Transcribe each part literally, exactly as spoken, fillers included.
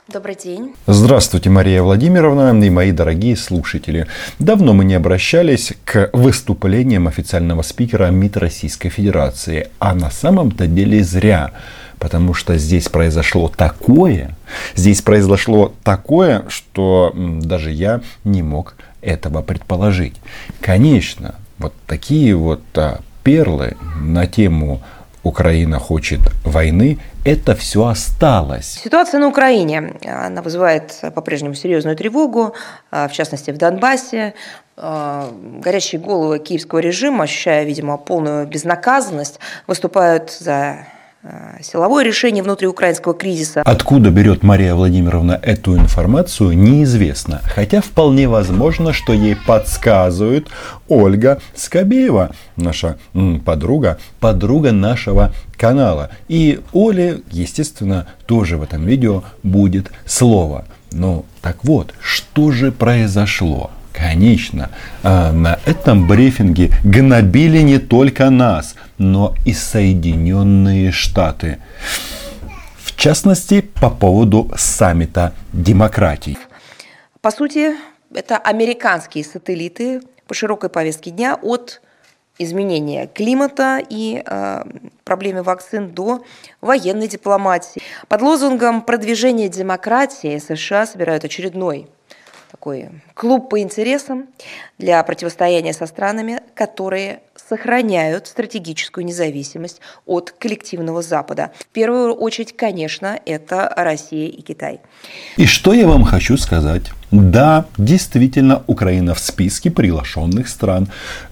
Добрый день. Здравствуйте, Мария Владимировна и мои дорогие слушатели. Давно мы не обращались к выступлениям официального спикера МИД Российской Федерации. А на самом-то деле зря. Потому что здесь произошло такое, здесь произошло такое, что даже я не мог этого предположить. Конечно, вот такие вот а, перлы на тему «Украина хочет войны», это все осталось. Ситуация на Украине, она вызывает по-прежнему серьезную тревогу, в частности в Донбассе. Горящие головы киевского режима, ощущая, видимо, полную безнаказанность, выступают за силовое решение внутриукраинского кризиса. Откуда берет Мария Владимировна эту информацию, неизвестно. Хотя вполне возможно, что ей подсказывает Ольга Скобеева, наша м, подруга, подруга нашего канала. И Оле, естественно, тоже в этом видео будет слово. Ну, так вот, что же произошло? Конечно, на этом брифинге гнобили не только нас, но и Соединенные Штаты. В частности, по поводу саммита демократий. По сути, это американские сателлиты по широкой повестке дня от изменения климата и э, проблемы вакцин до военной дипломатии. Под лозунгом продвижения демократии США собирают очередной такой клуб по интересам для противостояния со странами, которые сохраняют стратегическую независимость от коллективного Запада. В первую очередь, конечно, это Россия и Китай. И что я вам хочу сказать? Да, действительно, Украина в списке приглашенных стран.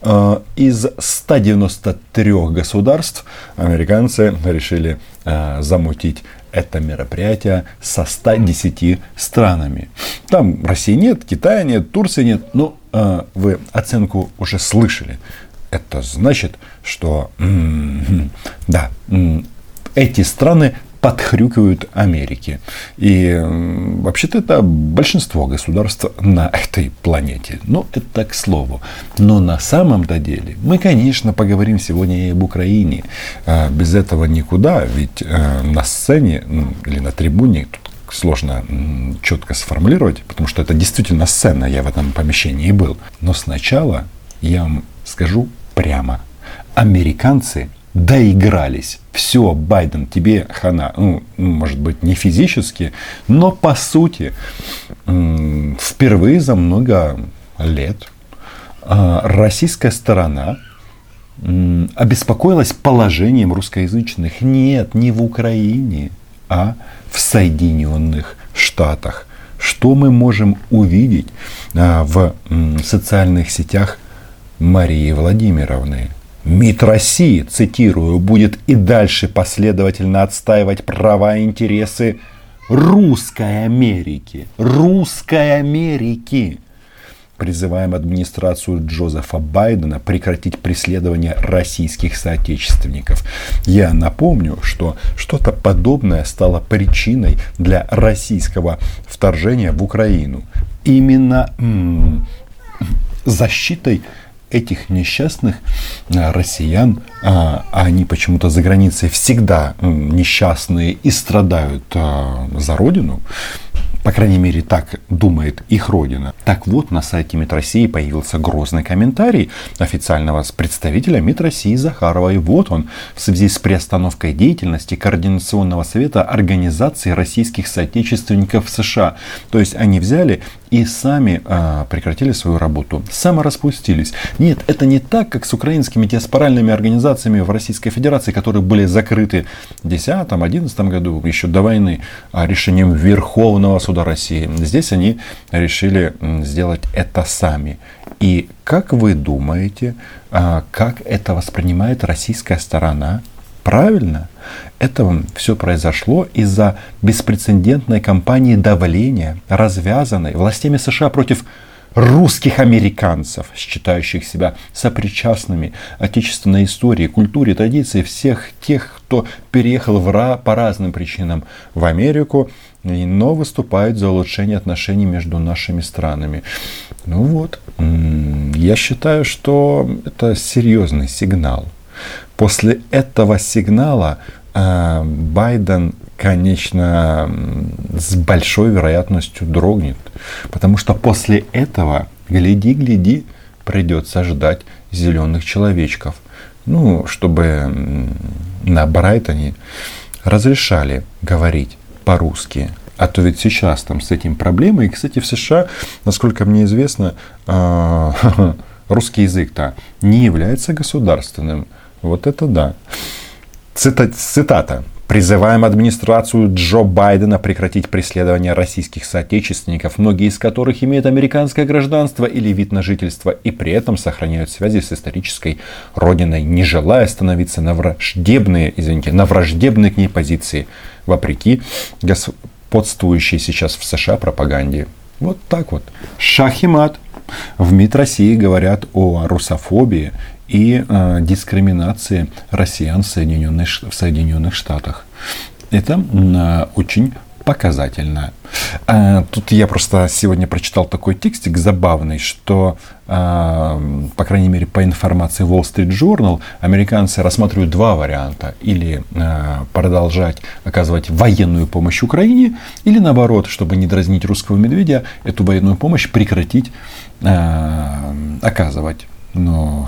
Из ста девяноста трёх государств американцы решили замутить это мероприятие со ста десятью странами. Там России нет, Китая нет, Турции нет. Но э, вы оценку уже слышали. Это значит, что м-м, да, м-м, эти страны подхрюкивают Америке. И м, вообще-то это большинство государств на этой планете. Ну, это к слову. Но на самом-то деле мы, конечно, поговорим сегодня и об Украине. А без этого никуда. Ведь а, на сцене или на трибуне тут сложно м, четко сформулировать, потому что это действительно сцена. Я в этом помещении был. Но сначала я вам скажу прямо. Американцы доигрались. Все, Байден, тебе хана. Ну, может быть, не физически, но по сути, впервые за много лет российская сторона обеспокоилась положением русскоязычных. Нет, не в Украине, а в Соединенных Штатах. Что мы можем увидеть в социальных сетях Марии Владимировны? МИД России, цитирую, будет и дальше последовательно отстаивать права и интересы русской Америки. Русской Америки. Призываем администрацию Джозефа Байдена прекратить преследование российских соотечественников. Я напомню, что что-то подобное стало причиной для российского вторжения в Украину. Именно м- защитой этих несчастных россиян, а они почему-то за границей всегда несчастные и страдают за родину, по крайней мере, так думает их родина. Так вот, на сайте МИД России появился грозный комментарий официального представителя МИД России Захарова. И вот он, в связи с приостановкой деятельности Координационного совета Организации российских соотечественников в США. То есть они взяли и сами а, прекратили свою работу, самораспустились. Нет, это не так, как с украинскими диаспоральными организациями в Российской Федерации, которые были закрыты в две тысячи десятом-одиннадцатом году, еще до войны, решением Верховного суда России. Здесь они решили сделать это сами. И как вы думаете, как это воспринимает российская сторона? Правильно, это все произошло из-за беспрецедентной кампании давления, развязанной властями США против русских американцев, считающих себя сопричастными отечественной истории, культуре, традиции всех тех, кто переехал в Ра по разным причинам в Америку, но выступают за улучшение отношений между нашими странами. Ну вот, я считаю, что это серьезный сигнал. После этого сигнала Байден конечно, с большой вероятностью дрогнет. Потому что после этого, гляди-гляди, придется ждать зеленых человечков. Ну, чтобы на Брайтоне разрешали говорить по-русски. А то ведь сейчас там с этим проблемы. И, кстати, в США, насколько мне известно, русский язык-то не является государственным. Вот это да. Цита- цитата. «Призываем администрацию Джо Байдена прекратить преследование российских соотечественников, многие из которых имеют американское гражданство или вид на жительство и при этом сохраняют связи с исторической родиной, не желая становиться на враждебные, извините, на враждебные к ней позиции, вопреки господствующей сейчас в США пропаганде». Вот так вот. Шах и мат. В МИД России говорят о русофобии и э, дискриминации россиян в Соединенных, в Соединенных Штатах. Это э, очень показательно. Э, тут я просто сегодня прочитал такой текстик забавный, что, э, по крайней мере, по информации Wall Street Journal, американцы рассматривают два варианта. Или э, продолжать оказывать военную помощь Украине, или наоборот, чтобы не дразнить русского медведя, эту военную помощь прекратить э, оказывать. Но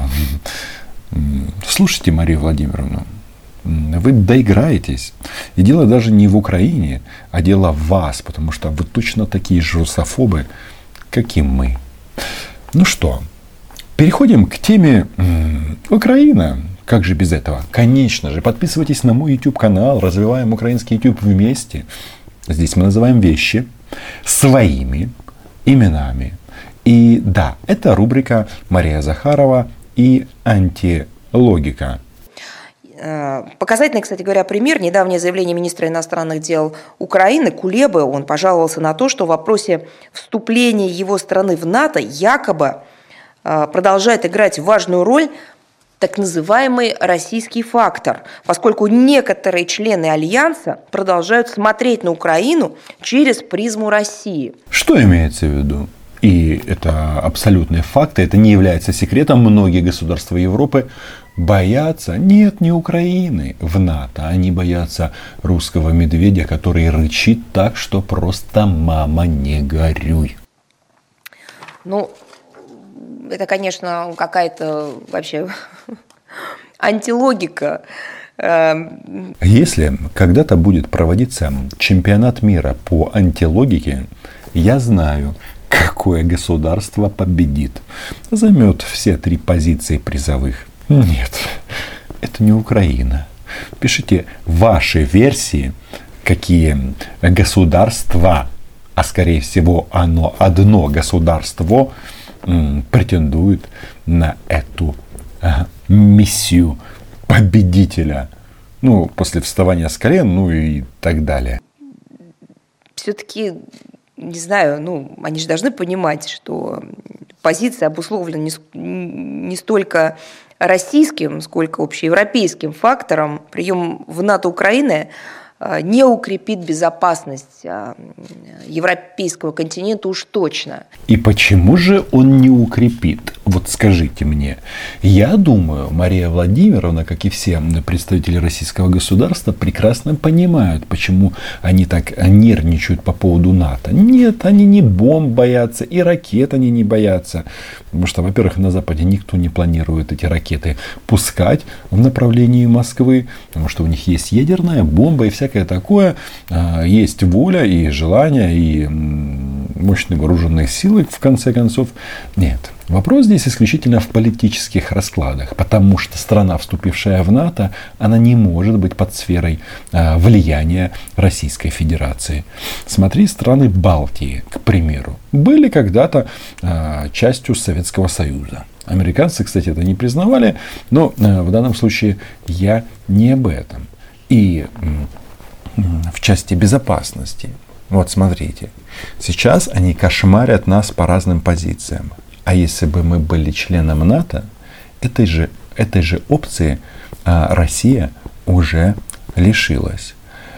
слушайте, Марию Владимировну, вы доиграетесь. И дело даже не в Украине, а дело в вас, потому что вы точно такие же русофобы, как и мы. Ну что, переходим к теме Украина. Как же без этого? Конечно же, подписывайтесь на мой YouTube канал, развиваем украинский YouTube вместе. Здесь мы называем вещи своими именами. И да, это рубрика Мария Захарова и антилогика. Показательный, кстати говоря, пример. Недавнее заявление министра иностранных дел Украины Кулебы. Он пожаловался на то, что в вопросе вступления его страны в НАТО якобы продолжает играть важную роль так называемый российский фактор, поскольку некоторые члены Альянса продолжают смотреть на Украину через призму России. Что имеется в виду? И это абсолютные факты, это не является секретом. Многие государства Европы боятся, нет, не Украины в НАТО, они боятся русского медведя, который рычит так, что просто мама не горюй. Ну, это, конечно, какая-то вообще антилогика. Если когда-то будет проводиться чемпионат мира по антилогике, я знаю, какое государство победит, займет все три позиции призовых. Нет, это не Украина. Пишите ваши версии, какие государства, а скорее всего оно одно государство, м, претендует на эту а, миссию победителя. Ну, после вставания с колен, ну и так далее. Все-таки, не знаю, ну, они же должны понимать, что позиция обусловлена не, не столько российским, сколько общеевропейским фактором. Прием в НАТО Украины не укрепит безопасность европейского континента уж точно. И почему же он не укрепит? Вот скажите мне. Я думаю, Мария Владимировна, как и все представители российского государства, прекрасно понимают, почему они так нервничают по поводу НАТО. Нет, они не бомб боятся, и ракет они не боятся. Потому что, во-первых, на Западе никто не планирует эти ракеты пускать в направлении Москвы, потому что у них есть ядерная бомба и всякое такое. Есть воля и желание, и мощные вооруженные силы, в конце концов. Нет. Вопрос здесь исключительно в политических раскладах, потому что страна, вступившая в НАТО, она не может быть под сферой а, влияния Российской Федерации. Смотри, страны Балтии, к примеру, были когда-то а, частью Советского Союза. Американцы, кстати, это не признавали, но а, в данном случае я не об этом. И м, в части безопасности, вот смотрите, сейчас они кошмарят нас по разным позициям. А если бы мы были членом НАТО, этой же, этой же опции а, Россия уже лишилась.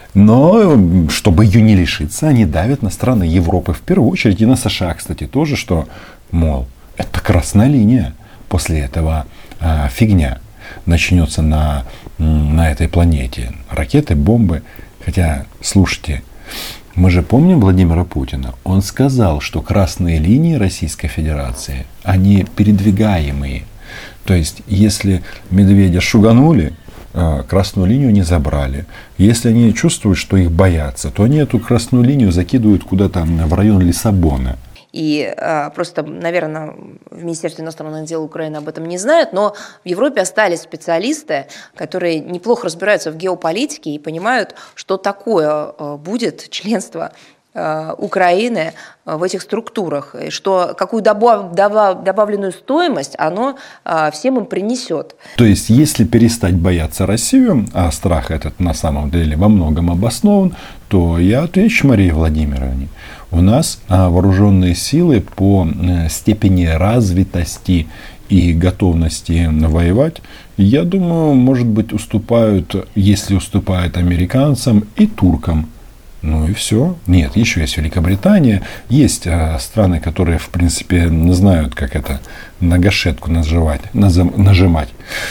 Но чтобы ее не лишиться, они давят на страны Европы в первую очередь, и на США, кстати, тоже, что, мол, это красная линия. После этого а, фигня начнется на, на этой планете. Ракеты, бомбы. Хотя, слушайте, мы же помним Владимира Путина. Он сказал, что красные линии Российской Федерации, они передвигаемые. То есть, если медведя шуганули, красную линию не забрали. Если они чувствуют, что их боятся, то они эту красную линию закидывают куда-то в район Лиссабона. И а, просто, наверное, в Министерстве иностранных дел Украины об этом не знают, но в Европе остались специалисты, которые неплохо разбираются в геополитике и понимают, что такое а, будет членство а, Украины в этих структурах, и что, какую добав, добав, добавленную стоимость оно а, всем им принесет. То есть, если перестать бояться Россию, а страх этот на самом деле во многом обоснован, то я отвечу Марии Владимировне. У нас вооруженные силы по степени развитости и готовности воевать, я думаю, может быть, уступают, если уступают американцам и туркам. Ну и все. Нет, еще есть Великобритания. Есть страны, которые, в принципе, знают, как это на гашетку нажимать. нажимать.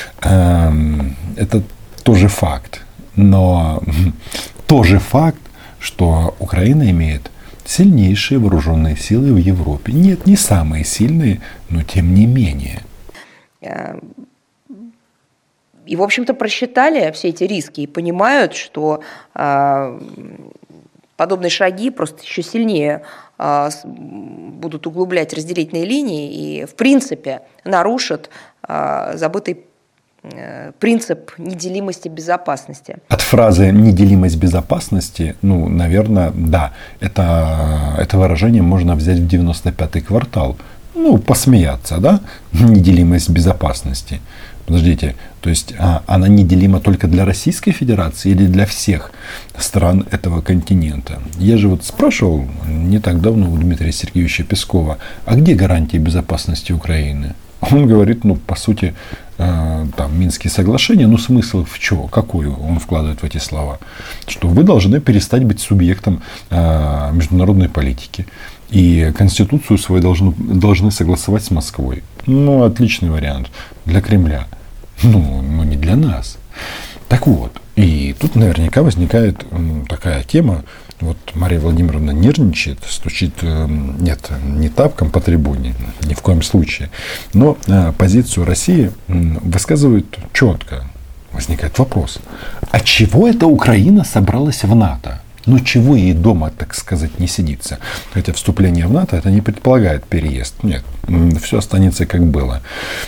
Это тоже факт. Но тоже факт, что Украина имеет сильнейшие вооруженные силы в Европе. Нет, не самые сильные, но тем не менее. И, в общем-то, просчитали все эти риски и понимают, что э, подобные шаги просто еще сильнее э, будут углублять разделительные линии и, в принципе, нарушат э, забытый принцип неделимости безопасности. От фразы «неделимость безопасности», ну, наверное, да, это, это выражение можно взять в девяносто пятый квартал. Ну, посмеяться, да? Неделимость безопасности. Подождите, то есть а, она неделима только для Российской Федерации или для всех стран этого континента? Я же вот спрашивал не так давно у Дмитрия Сергеевича Пескова, а где гарантии безопасности Украины? Он говорит, ну, по сути, э, там, Минские соглашения, ну, смысл в чем? Какой он вкладывает в эти слова? Что вы должны перестать быть субъектом э, международной политики. И Конституцию свою должны, должны согласовать с Москвой. Ну, отличный вариант для Кремля. Ну, ну, не для нас. Так вот, и тут наверняка возникает м, такая тема. Вот Мария Владимировна нервничает, стучит, нет, не тапком по трибуне, ни в коем случае. Но позицию России высказывает четко. Возникает вопрос, а чего эта Украина собралась в НАТО? Ну, чего ей дома, так сказать, не сидится? Хотя вступление в НАТО это не предполагает переезд. Нет, все останется как было.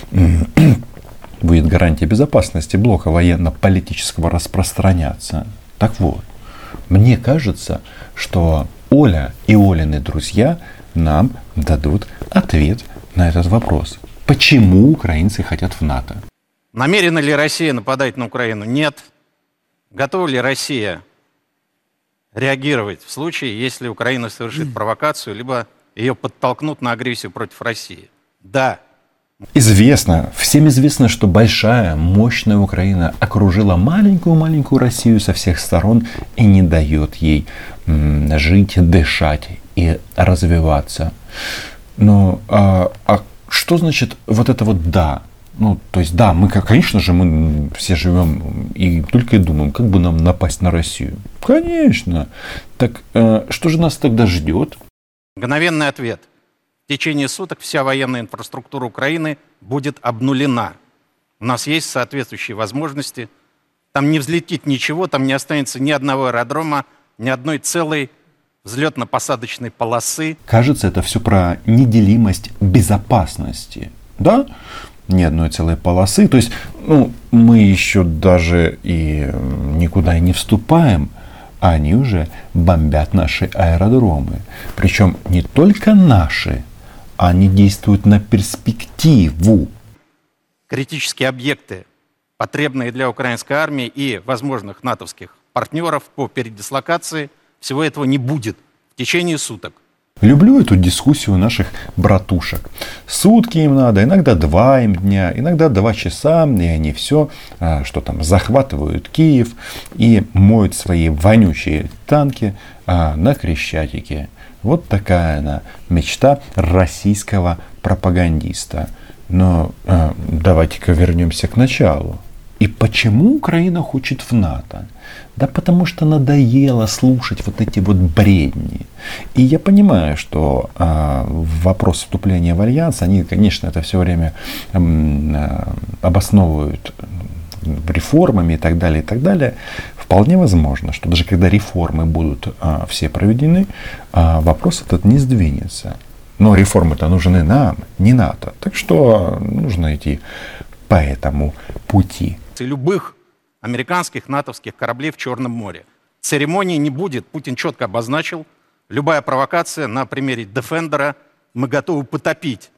Будет гарантия безопасности блока военно-политического распространяться. Так вот. Мне кажется, что Оля и Олины друзья нам дадут ответ на этот вопрос. Почему украинцы хотят в НАТО? Намерена ли Россия нападать на Украину? Нет. Готова ли Россия реагировать в случае, если Украина совершит провокацию, либо ее подтолкнут на агрессию против России? Да. Известно, всем известно, что большая, мощная Украина окружила маленькую-маленькую Россию со всех сторон и не дает ей м, жить, дышать и развиваться. Но а, а что значит вот это вот «да»? Ну, то есть, да, мы, конечно же, мы все живем и только и думаем, как бы нам напасть на Россию. Конечно. Так э, что же нас тогда ждет? Мгновенный ответ. В течение суток вся военная инфраструктура Украины будет обнулена. У нас есть соответствующие возможности. Там не взлетит ничего, там не останется ни одного аэродрома, ни одной целой взлетно-посадочной полосы. Кажется, это все про неделимость безопасности. Да? Ни одной целой полосы. То есть, ну, мы еще даже и никуда и не вступаем, а они уже бомбят наши аэродромы. Причем не только наши, они действуют на перспективу. Критические объекты, потребные для украинской армии и возможных натовских партнеров по передислокации, всего этого не будет в течение суток. Люблю эту дискуссию наших братушек. Сутки им надо, иногда два им дня, иногда два часа, и они все, что там, захватывают Киев и моют свои вонючие танки на Крещатике. Вот такая она мечта российского пропагандиста. Но давайте-ка вернемся к началу. И почему Украина хочет в НАТО? Да потому что надоело слушать вот эти вот бредни. И я понимаю, что э, вопрос вступления в альянс, они, конечно, это все время э, обосновывают реформами и так далее, и так далее. Вполне возможно, что даже когда реформы будут э, все проведены, э, вопрос этот не сдвинется. Но реформы-то нужны нам, не НАТО. Так что нужно идти по этому пути. Любых американских, натовских кораблей в Черном море. Церемонии не будет. Путин четко обозначил, любая провокация на примере Defender мы готовы потопить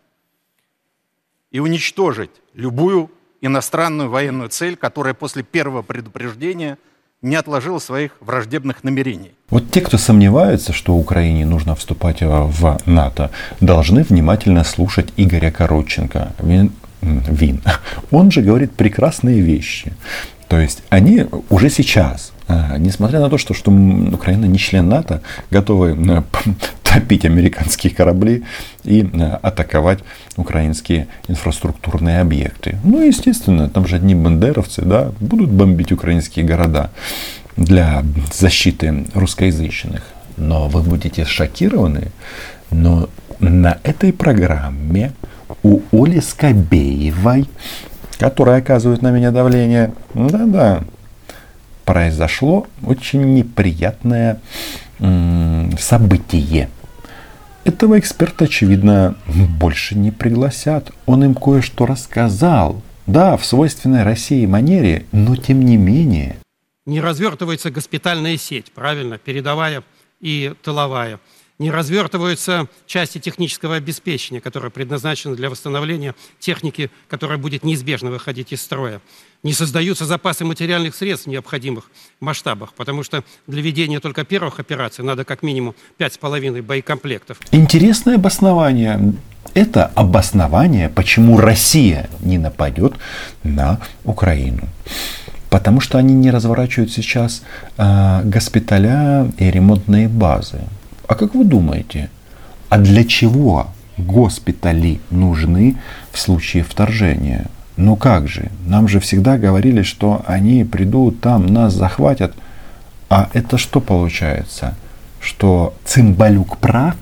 и уничтожить любую иностранную военную цель, которая после первого предупреждения не отложила своих враждебных намерений. Вот те, кто сомневается, что Украине нужно вступать в НАТО, должны внимательно слушать Игоря Коротченко. Вин, Вин. Он же говорит прекрасные вещи. То есть они уже сейчас, несмотря на то, что, что Украина не член НАТО, готовы топить американские корабли и атаковать украинские инфраструктурные объекты. Ну, естественно, там же одни бандеровцы, да, будут бомбить украинские города для защиты русскоязычных. Но вы будете шокированы, но на этой программе у Оли Скобеевой, которая оказывает на меня давление, да-да, произошло очень неприятное м- событие. Этого эксперта, очевидно, больше не пригласят. Он им кое-что рассказал. Да, в свойственной России манере, но тем не менее. Не развертывается госпитальная сеть, правильно, передовая и тыловая. Не развертываются части технического обеспечения, которые предназначены для восстановления техники, которая будет неизбежно выходить из строя. Не создаются запасы материальных средств в необходимых масштабах, потому что для ведения только первых операций надо как минимум пять с половиной боекомплектов. Интересное обоснование. Это обоснование, почему Россия не нападет на Украину. Потому что они не разворачивают сейчас э, госпиталя и ремонтные базы. А как вы думаете, а для чего госпитали нужны в случае вторжения? Ну как же, нам же всегда говорили, что они придут, там нас захватят. А это что получается? Что Цымбалюк прав?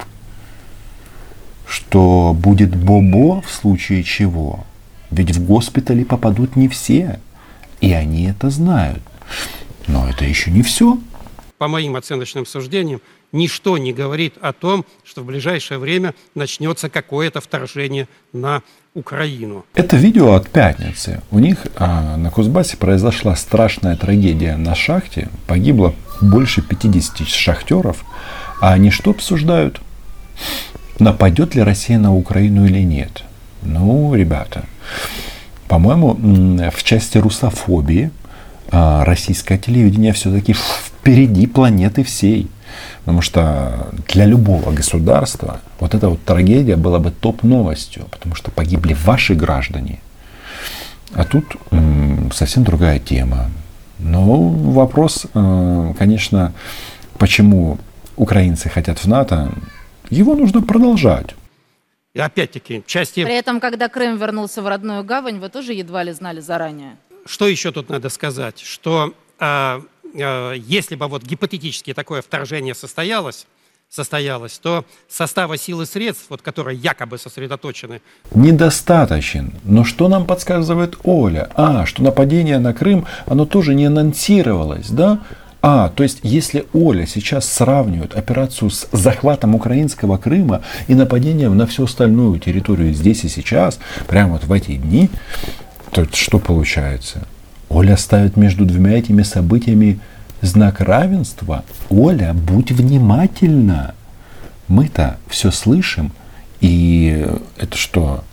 Что будет бобо в случае чего? Ведь в госпитали попадут не все. И они это знают. Но это еще не все. По моим оценочным суждениям, ничто не говорит о том, что в ближайшее время начнется какое-то вторжение на Украину. Это видео от пятницы. У них а, на Кузбассе произошла страшная трагедия на шахте. Погибло больше пятидесяти шахтеров. А они что обсуждают? Нападет ли Россия на Украину или нет? Ну, ребята, по-моему, в части русофобии российское телевидение все-таки впереди планеты всей. Потому что для любого государства вот эта вот трагедия была бы топ-новостью. Потому что погибли ваши граждане. А тут м, совсем другая тема. Но вопрос, э, конечно, почему украинцы хотят в НАТО, его нужно продолжать. И опять-таки, части... При этом, когда Крым вернулся в родную гавань, вы тоже едва ли знали заранее. Что еще тут надо сказать? Что э, э, если бы вот гипотетически такое вторжение состоялось, состоялось, то состава сил и средств, вот, которые якобы сосредоточены... Недостаточен. Но что нам подсказывает Оля? А, что нападение на Крым, оно тоже не анонсировалось, да? А, то есть, если Оля сейчас сравнивает операцию с захватом украинского Крыма и нападением на всю остальную территорию здесь и сейчас, прямо вот в эти дни, то что получается? Оля ставит между двумя этими событиями знак равенства. Оля, будь внимательна. Мы-то все слышим. И это что?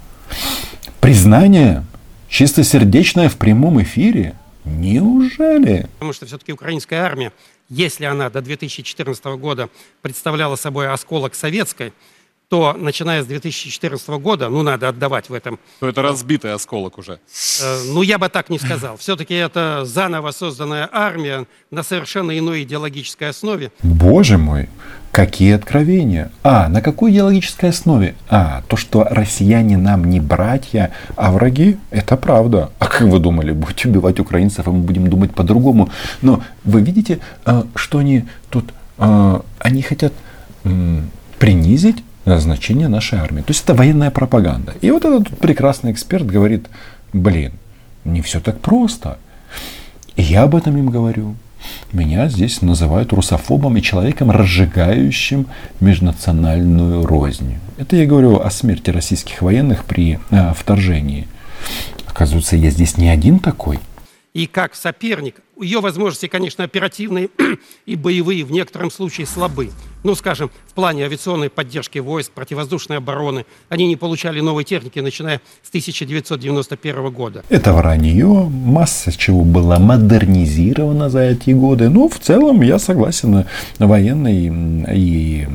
Признание чистосердечное в прямом эфире? Неужели? Потому что все-таки украинская армия, если она до две тысячи четырнадцатого года представляла собой осколок советской, то, начиная с две тысячи четырнадцатого года, ну, надо отдавать в этом. Но это разбитый осколок уже. Э, ну, я бы так не сказал. Все-таки это заново созданная армия на совершенно иной идеологической основе. Боже мой, какие откровения! А, на какой идеологической основе? А, то, что россияне нам не братья, а враги, это правда. А как вы думали, будете убивать украинцев, а мы будем думать по-другому? Но вы видите, что они тут, они хотят принизить значение нашей армии. То есть это военная пропаганда. И вот этот прекрасный эксперт говорит, блин, не все так просто. И я об этом им говорю. Меня здесь называют русофобом и человеком, разжигающим межнациональную рознь. Это я говорю о смерти российских военных при а, вторжении. Оказывается, я здесь не один такой. И как соперник, ее возможности, конечно, оперативные и боевые в некотором случае слабы. Ну, скажем, в плане авиационной поддержки войск, противовоздушной обороны. Они не получали новой техники, начиная с тысяча девятьсот девяносто первого года. Это вранье, масса чего была модернизирована за эти годы. Но в целом я согласен, военный и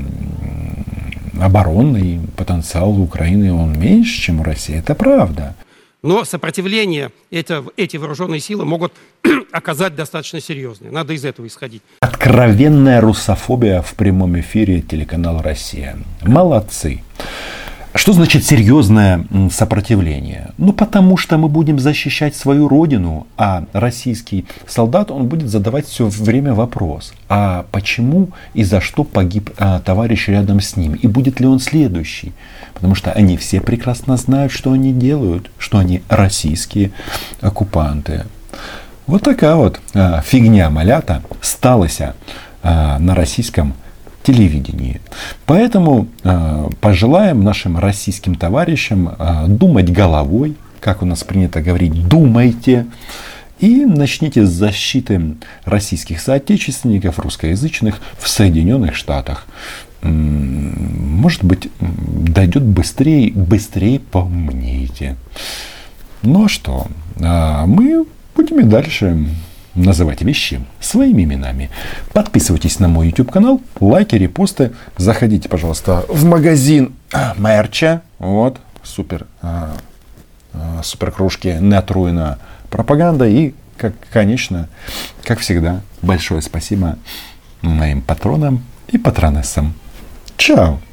оборонный потенциал Украины, он меньше, чем у России. Это правда. Но сопротивление это, эти вооруженные силы могут оказать достаточно серьезное. Надо из этого исходить. Откровенная русофобия в прямом эфире телеканала «Россия». Молодцы. Что значит серьезное сопротивление? Ну, потому что мы будем защищать свою родину, а российский солдат, он будет задавать все время вопрос. А почему и за что погиб а, товарищ рядом с ним? И будет ли он следующий? Потому что они все прекрасно знают, что они делают, что они российские оккупанты. Вот такая вот а, фигня малята сталася а, на российском телевидении. Поэтому э, пожелаем нашим российским товарищам э, думать головой, как у нас принято говорить, думайте, и начните с защиты российских соотечественников, русскоязычных в Соединенных Штатах. Может быть, дойдет быстрее, быстрее поумнеете. Ну а что, э, мы будем и дальше называть вещи своими именами. Подписывайтесь на мой YouTube канал, лайки, репосты. Заходите, пожалуйста, в магазин мерча. Вот, супер, а, а, супер кружки неотруйна пропаганда. И, как, конечно, как всегда, большое спасибо моим патронам и патронессам. Чао!